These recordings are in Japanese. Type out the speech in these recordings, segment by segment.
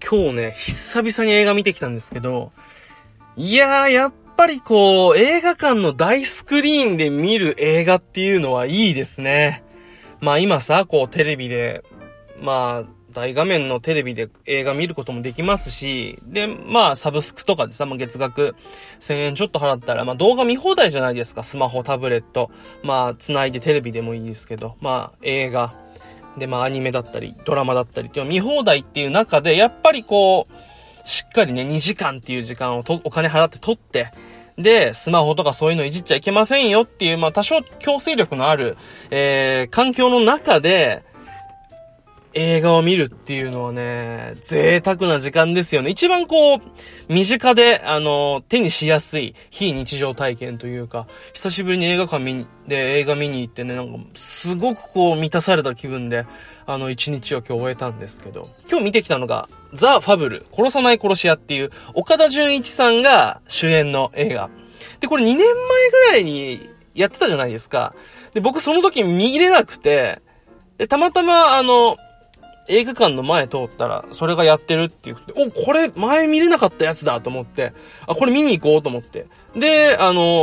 今日ね、久々に映画見てきたんですけど、いやー、やっぱりこう、映画館の大スクリーンで見る映画っていうのはいいですね。まあ今さ、こうテレビで、まあ大画面のテレビで映画見ることもできますし、で、まあサブスクとかでさ、月額1000円ちょっと払ったら、まあ動画見放題じゃないですか。スマホ、タブレット、まあ繋いでテレビでもいいですけど、まあ映画、でまあアニメだったり、ドラマだったりっていうの見放題っていう中で、やっぱりこう、しっかりね、2時間っていう時間をお金払って取って、で、スマホとかそういうのいじっちゃいけませんよっていう、まあ多少強制力のある、環境の中で、映画を見るっていうのはね、贅沢な時間ですよね。一番こう、身近で、手にしやすい非日常体験というか、久しぶりに映画館で映画見に行ってね、なんか、すごくこう、満たされた気分で、一日を今日終えたんですけど、今日見てきたのが、ザ・ファブル、殺さない殺し屋っていう、岡田准一さんが主演の映画。で、これ2年前ぐらいにやってたじゃないですか。で、僕その時見れなくて、で、たまたま映画館の前通ったら、それがやってるっていうことで、これ前見れなかったやつだと思って、これ見に行こうと思って。で、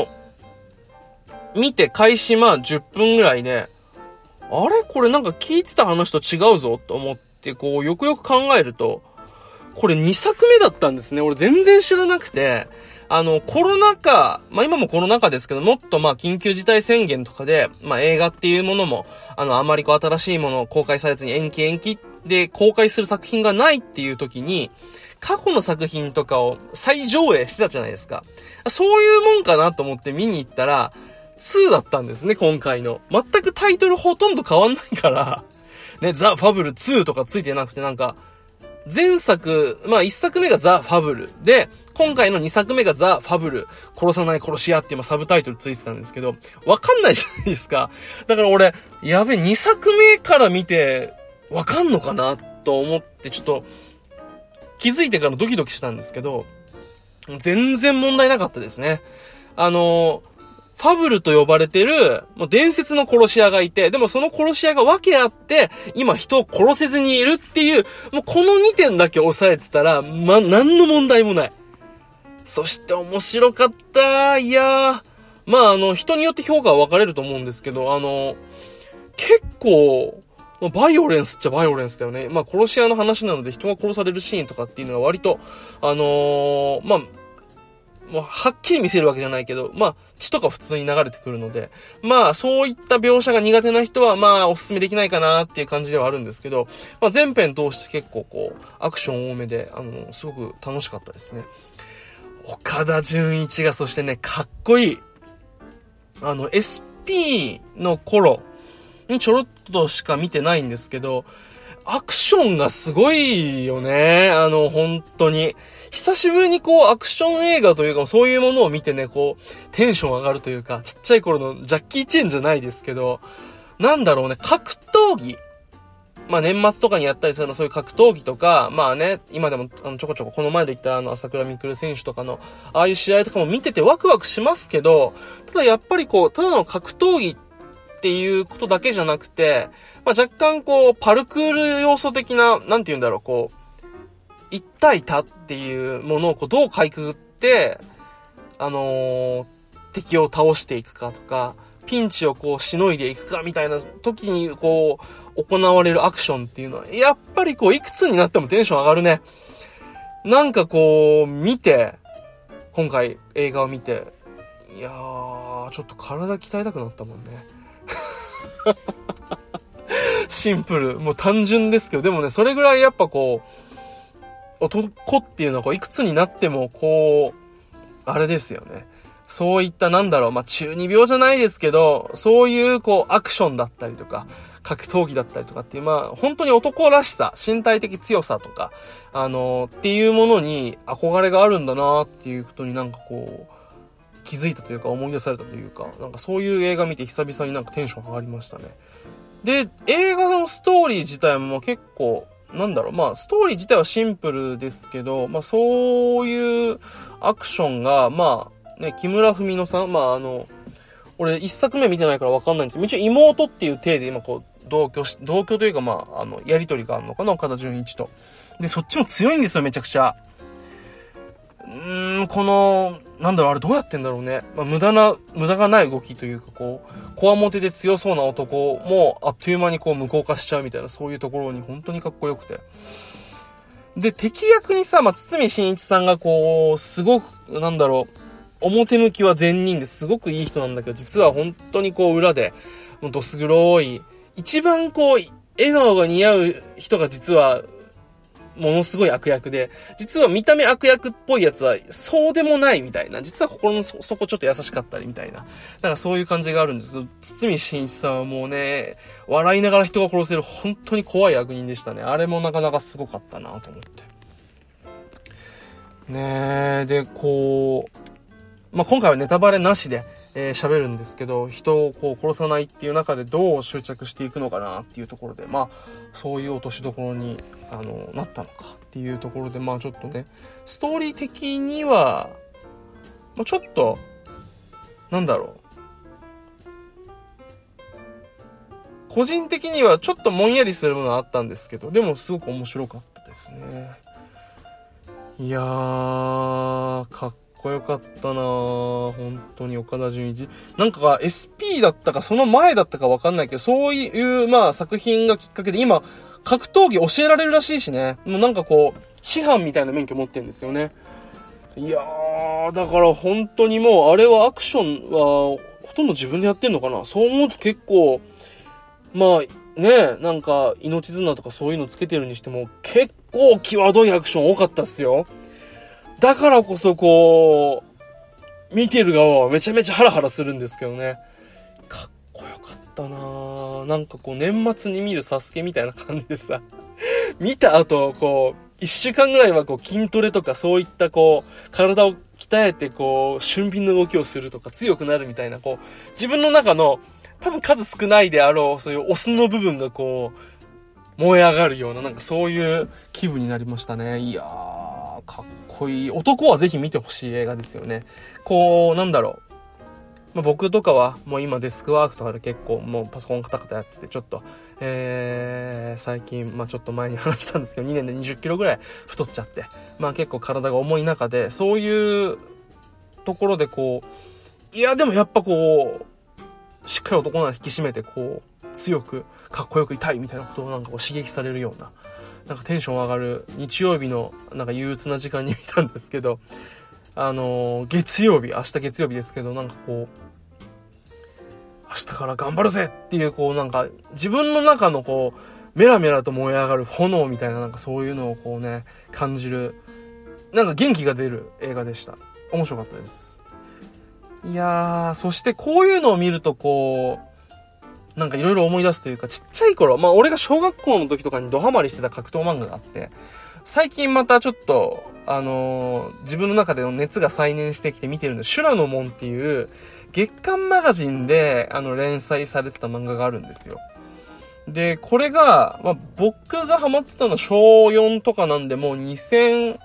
見て開始10分ぐらいで、これなんか聞いてた話と違うぞと思って、こう、よくよく考えると、これ2作目だったんですね。俺全然知らなくて、コロナ禍、今もコロナ禍ですけど、もっと緊急事態宣言とかで、映画っていうものも、あまり新しいものを公開されずに延期で公開する作品がないっていう時に、過去の作品とかを再上映してたじゃないですか。そういうもんかなと思って見に行ったら、2だったんですね、今回の。全くタイトルほとんど変わんないから、ね、ザ・ファブル2とかついてなくてなんか、前作、1作目がザ・ファブルで、今回の2作目がザ・ファブル、殺さない殺し屋っていうサブタイトルついてたんですけど、わかんないじゃないですか。だから俺、2作目から見て、わかんのかなと思って、ちょっと、気づいてからドキドキしたんですけど、全然問題なかったですね。ファブルと呼ばれてる、もう伝説の殺し屋がいて、でもその殺し屋が訳あって、今人を殺せずにいるっていう、もうこの2点だけ押さえてたら、何の問題もない。そして面白かった。いやー、人によって評価は分かれると思うんですけど、結構、バイオレンスっちゃバイオレンスだよね。殺し屋の話なので人が殺されるシーンとかっていうのは割と、もうはっきり見せるわけじゃないけど、血とか普通に流れてくるので、そういった描写が苦手な人は、おすすめできないかなっていう感じではあるんですけど、全編通して結構こう、アクション多めで、すごく楽しかったですね。岡田准一がそしてね、かっこいい。SP の頃にちょろっとしか見てないんですけど、アクションがすごいよね。本当に。久しぶりにこう、アクション映画というか、そういうものを見てね、こう、テンション上がるというか、ちっちゃい頃のジャッキー・チェンじゃないですけど、なんだろうね、格闘技。年末とかにやったりするのそういう格闘技とか、今でもちょこちょここの前で言った朝倉未来選手とかの、ああいう試合とかも見ててワクワクしますけど、ただやっぱりこう、ただの格闘技っていうことだけじゃなくて、若干こう、パルクール要素的な、なんて言うんだろう、こう、一対多っていうものをこうどうかいくぐって、敵を倒していくかとか、ピンチをこう、しのいでいくかみたいな時にこう、行われるアクションっていうのは、やっぱりこう、いくつになってもテンション上がるね。なんかこう、今回映画を見て、いやー、ちょっと体鍛えたくなったもんね。シンプル、もう単純ですけど、でもね、それぐらいやっぱこう、男っていうのはこう、いくつになってもこう、あれですよね。そういった中二病じゃないですけど、そういうこう、アクションだったりとか、格闘技だったりとかっていう、本当に男らしさ、身体的強さとか、っていうものに憧れがあるんだなっていうことになんかこう、気づいたというか思い出されたというか、なんかそういう映画見て久々になんかテンション上がりましたね。で、映画のストーリー自体も結構、ストーリー自体はシンプルですけど、そういうアクションが、木村文乃さん、俺一作目見てないからわかんないんですけど、一応妹っていう体で今こう、同居というかやりとりがあるのかな、岡田准一と。 で、そっちも強いんですよ、めちゃくちゃ。この、なんだろう、あれどうやってんだろうね。無駄がない動きというか、こう、こわもてで強そうな男も、あっという間にこう、無効化しちゃうみたいな、そういうところに本当にかっこよくて。で、敵役にさ、堤真一さんがこう、すごく、なんだろう、表向きは善人ですごくいい人なんだけど、実は本当にこう、裏で、もうどす黒い、一番こう、笑顔が似合う人が実は、ものすごい悪役で、実は見た目悪役っぽいやつはそうでもないみたいな、実は心の底ちょっと優しかったりみたいな、なんかそういう感じがあるんですけど、堤真一さんはもうね、笑いながら人が殺せる本当に怖い悪人でしたね。あれもなかなかすごかったなと思って。ねえ、で、こう、今回はネタバレなしで、喋るんですけど、人をこう殺さないっていう中でどう執着していくのかなっていうところで、そういう落としどころに、なったのかっていうところで、ちょっとね、ストーリー的には、ちょっと、なんだろう。個人的にはちょっともんやりするものはあったんですけど、でもすごく面白かったですね。いやー、かっこよかったなぁ。本当に岡田准一。なんか SP だったかその前だったかわかんないけど、そういう作品がきっかけで今、格闘技教えられるらしいしね。もうなんかこう、師範みたいな免許持ってるんですよね。いやー、だから本当にもう、あれはアクションは、ほとんど自分でやってんのかな。そう思うと結構、なんか、命綱とかそういうのつけてるにしても、結構際どいアクション多かったっすよ。だからこそこう、見てる側はめちゃめちゃハラハラするんですけどね。かっこよかったなぁ。なんかこう年末に見るサスケみたいな感じでさ、見た後、こう、1週間ぐらいはこう筋トレとかそういったこう、体を鍛えてこう、俊敏な動きをするとか強くなるみたいなこう、自分の中の多分数少ないであろう、そういうオスの部分がこう、燃え上がるようななんかそういう気分になりましたね。いやー、かっこいい。男はぜひ見てほしい映画ですよね。こう、なんだろう。僕とかはもう今デスクワークとかで結構もうパソコンカタカタやっててちょっと、最近、ちょっと前に話したんですけど2年で20キロぐらい太っちゃって、結構体が重い中でそういうところでこう、いやでもやっぱこう、しっかり男なら引き締めてこう、強くかっこよくいたいみたいなことをなんかこう刺激されるような、なんかテンション上がる日曜日のなんか憂鬱な時間に見たんですけど、月曜日、明日月曜日ですけど、なんかこう、明日から頑張るぜっていう、こうなんか自分の中のこう、メラメラと燃え上がる炎みたいななんかそういうのをこうね、感じる、なんか元気が出る映画でした。面白かったです。いやー、そしてこういうのを見るとこう、なんかいろいろ思い出すというか、ちっちゃい頃、俺が小学校の時とかにドハマりしてた格闘漫画があって、最近またちょっと、自分の中での熱が再燃してきて見てるんで、修羅の門っていう月刊マガジンで連載されてた漫画があるんですよ。で、これが、僕がハマってたのは小4とかなんで、もう2000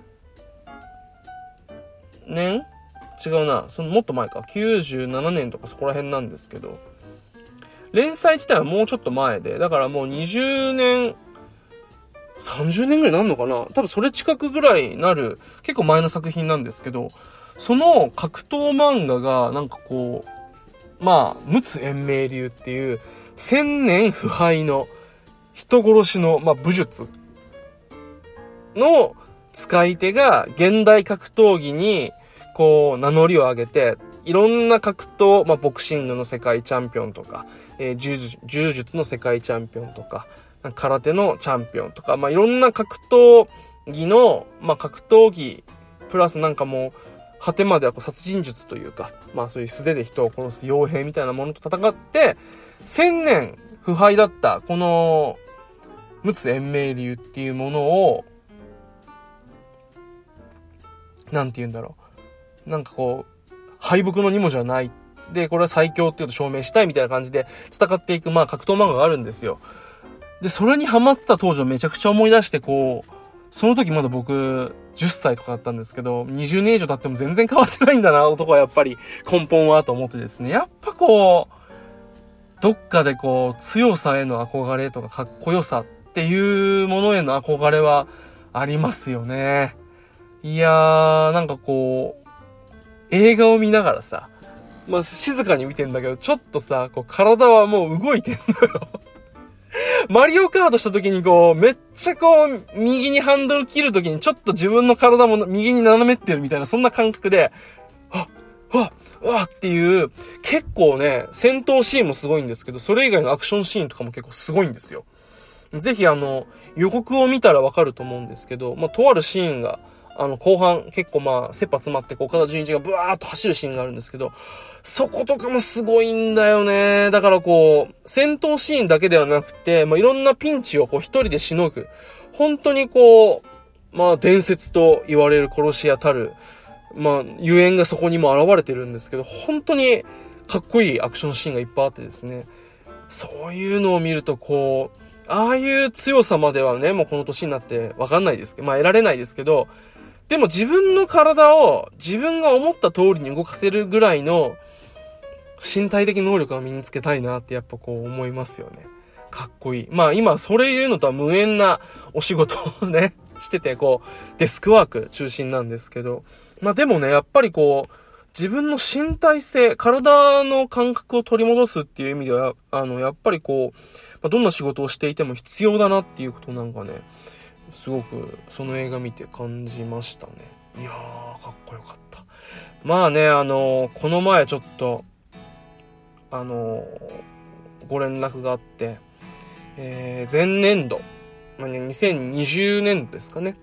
年違うな。もっと前か。97年とかそこら辺なんですけど、連載自体はもうちょっと前で、だからもう20年、30年ぐらいなんのかな、多分それ近くぐらいなる、結構前の作品なんですけど、その格闘漫画が、なんかこう、陸奥延命流っていう、千年不敗の、人殺しの、武術の使い手が、現代格闘技に、こう、名乗りを上げて、いろんな格闘、ボクシングの世界チャンピオンとか、柔術の世界チャンピオンとか、空手のチャンピオンとか、いろんな格闘技の、格闘技、プラスなんかもう、果てまではこう殺人術というか、そういう素手で人を殺す傭兵みたいなものと戦って、1000年不敗だった、この、陸奥延命流っていうものを、なんて言うんだろう。なんかこう、敗北の二文字はない。で、これは最強っていうと証明したいみたいな感じで戦っていく、格闘漫画があるんですよ。で、それにハマってた当時をめちゃくちゃ思い出して、こう、その時まだ僕、10歳とかだったんですけど、20年以上経っても全然変わってないんだな、男はやっぱり、根本はと思ってですね。やっぱこう、どっかでこう、強さへの憧れとかかっこよさっていうものへの憧れは、 ありますよね。いやー、なんかこう、映画を見ながらさ、まあ、静かに見てんだけど、ちょっとさ、こう、体はもう動いてんのよ。マリオカートした時にこう、めっちゃこう、右にハンドル切る時にちょっと自分の体も右に斜めってるみたいな、そんな感覚で、うわっていう、結構ね、戦闘シーンもすごいんですけど、それ以外のアクションシーンとかも結構すごいんですよ。ぜひ予告を見たらわかると思うんですけど、まあ、とあるシーンが、後半結構まあ、切羽詰まって岡田准一がブワーっと走るシーンがあるんですけど、そことかもすごいんだよね。だからこう、戦闘シーンだけではなくて、まあ、いろんなピンチをこう一人でしのぐ。本当にこう、まあ、伝説と言われる殺し屋たる、まあ、ゆえんがそこにも現れてるんですけど、本当にかっこいいアクションシーンがいっぱいあってですね。そういうのを見るとこう、ああいう強さまではね、もうこの年になってわかんないですけど、まあ得られないですけど、でも自分の体を自分が思った通りに動かせるぐらいの身体的能力を身につけたいなってやっぱこう思いますよね。かっこいい。まあ今それ言うのとは無縁なお仕事をね、しててこうデスクワーク中心なんですけど、まあでもね、やっぱりこう自分の身体性、体の感覚を取り戻すっていう意味では、やっぱりこう、どんな仕事をしていても必要だなっていうことなんかね、すごくその映画見て感じましたね。いやー、かっこよかった。まあね、この前ちょっと、ご連絡があって、前年度、まあね、2020年度ですかね、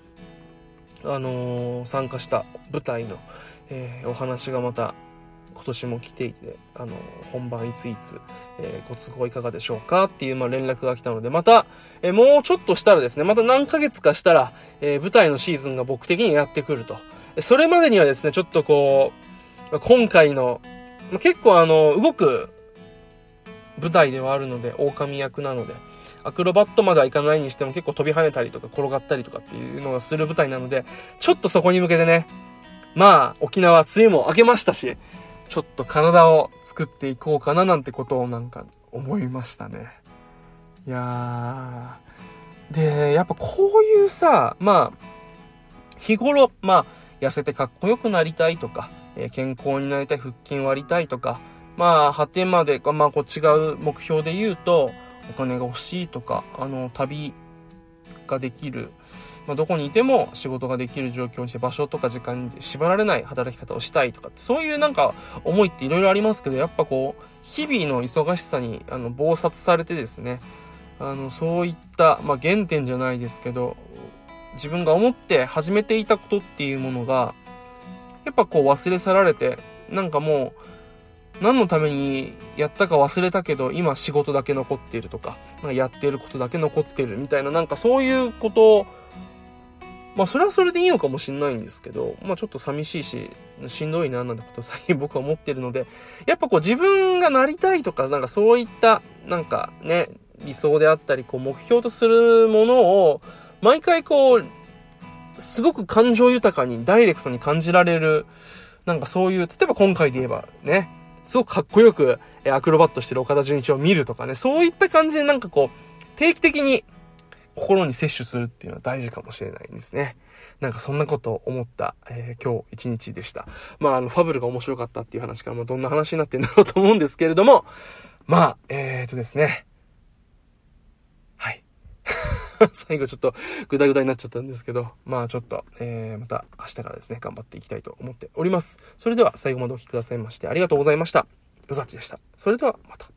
参加した舞台の、お話がまた今年も来ていて、本番いついつ、ご都合いかがでしょうかっていう、まあ、連絡が来たので、また、もうちょっとしたらですね、また何ヶ月かしたら、舞台のシーズンが僕的にやってくると。それまでにはですね、ちょっとこう、今回の、結構動く舞台ではあるので、狼役なので、アクロバットまではいかないにしても結構飛び跳ねたりとか転がったりとかっていうのがする舞台なので、ちょっとそこに向けてね、まあ、沖縄梅雨も明けましたし、ちょっと体を作っていこうかななんてことをなんか思いましたね。いやー。で、やっぱこういうさ、まあ、日頃、まあ、痩せてかっこよくなりたいとか、健康になりたい、腹筋割りたいとか、まあ、果てまで、まあ、こう違う目標で言うと、お金が欲しいとか、旅ができる、まあ、どこにいても仕事ができる状況にして、場所とか時間に縛られない働き方をしたいとか、そういうなんか思いっていろいろありますけど、やっぱこう、日々の忙しさに、忙殺されてですね、そういった、まあ、原点じゃないですけど、自分が思って始めていたことっていうものが、やっぱこう忘れ去られて、なんかもう、何のためにやったか忘れたけど、今仕事だけ残っているとか、やっていることだけ残っているみたいな、なんかそういうことを、まあそれはそれでいいのかもしれないんですけど、まあちょっと寂しいし、しんどいななんてことを最近僕は思ってるので、やっぱこう自分がなりたいとか、なんかそういった、なんかね、理想であったり、こう目標とするものを、毎回こう、すごく感情豊かにダイレクトに感じられる、なんかそういう、例えば今回で言えばね、すごくかっこよくアクロバットしてる岡田准一を見るとかね、そういった感じでなんかこう、定期的に心に摂取するっていうのは大事かもしれないんですね。なんかそんなことを思った、今日一日でした。まあファブルが面白かったっていう話から、まあどんな話になってんだろうと思うんですけれども、まあ、ですね。はい。最後ちょっとグダグダになっちゃったんですけど、まあちょっと、また明日からですね、頑張っていきたいと思っております。それでは最後までお聞きくださいましてありがとうございました。よざっちでした。それではまた。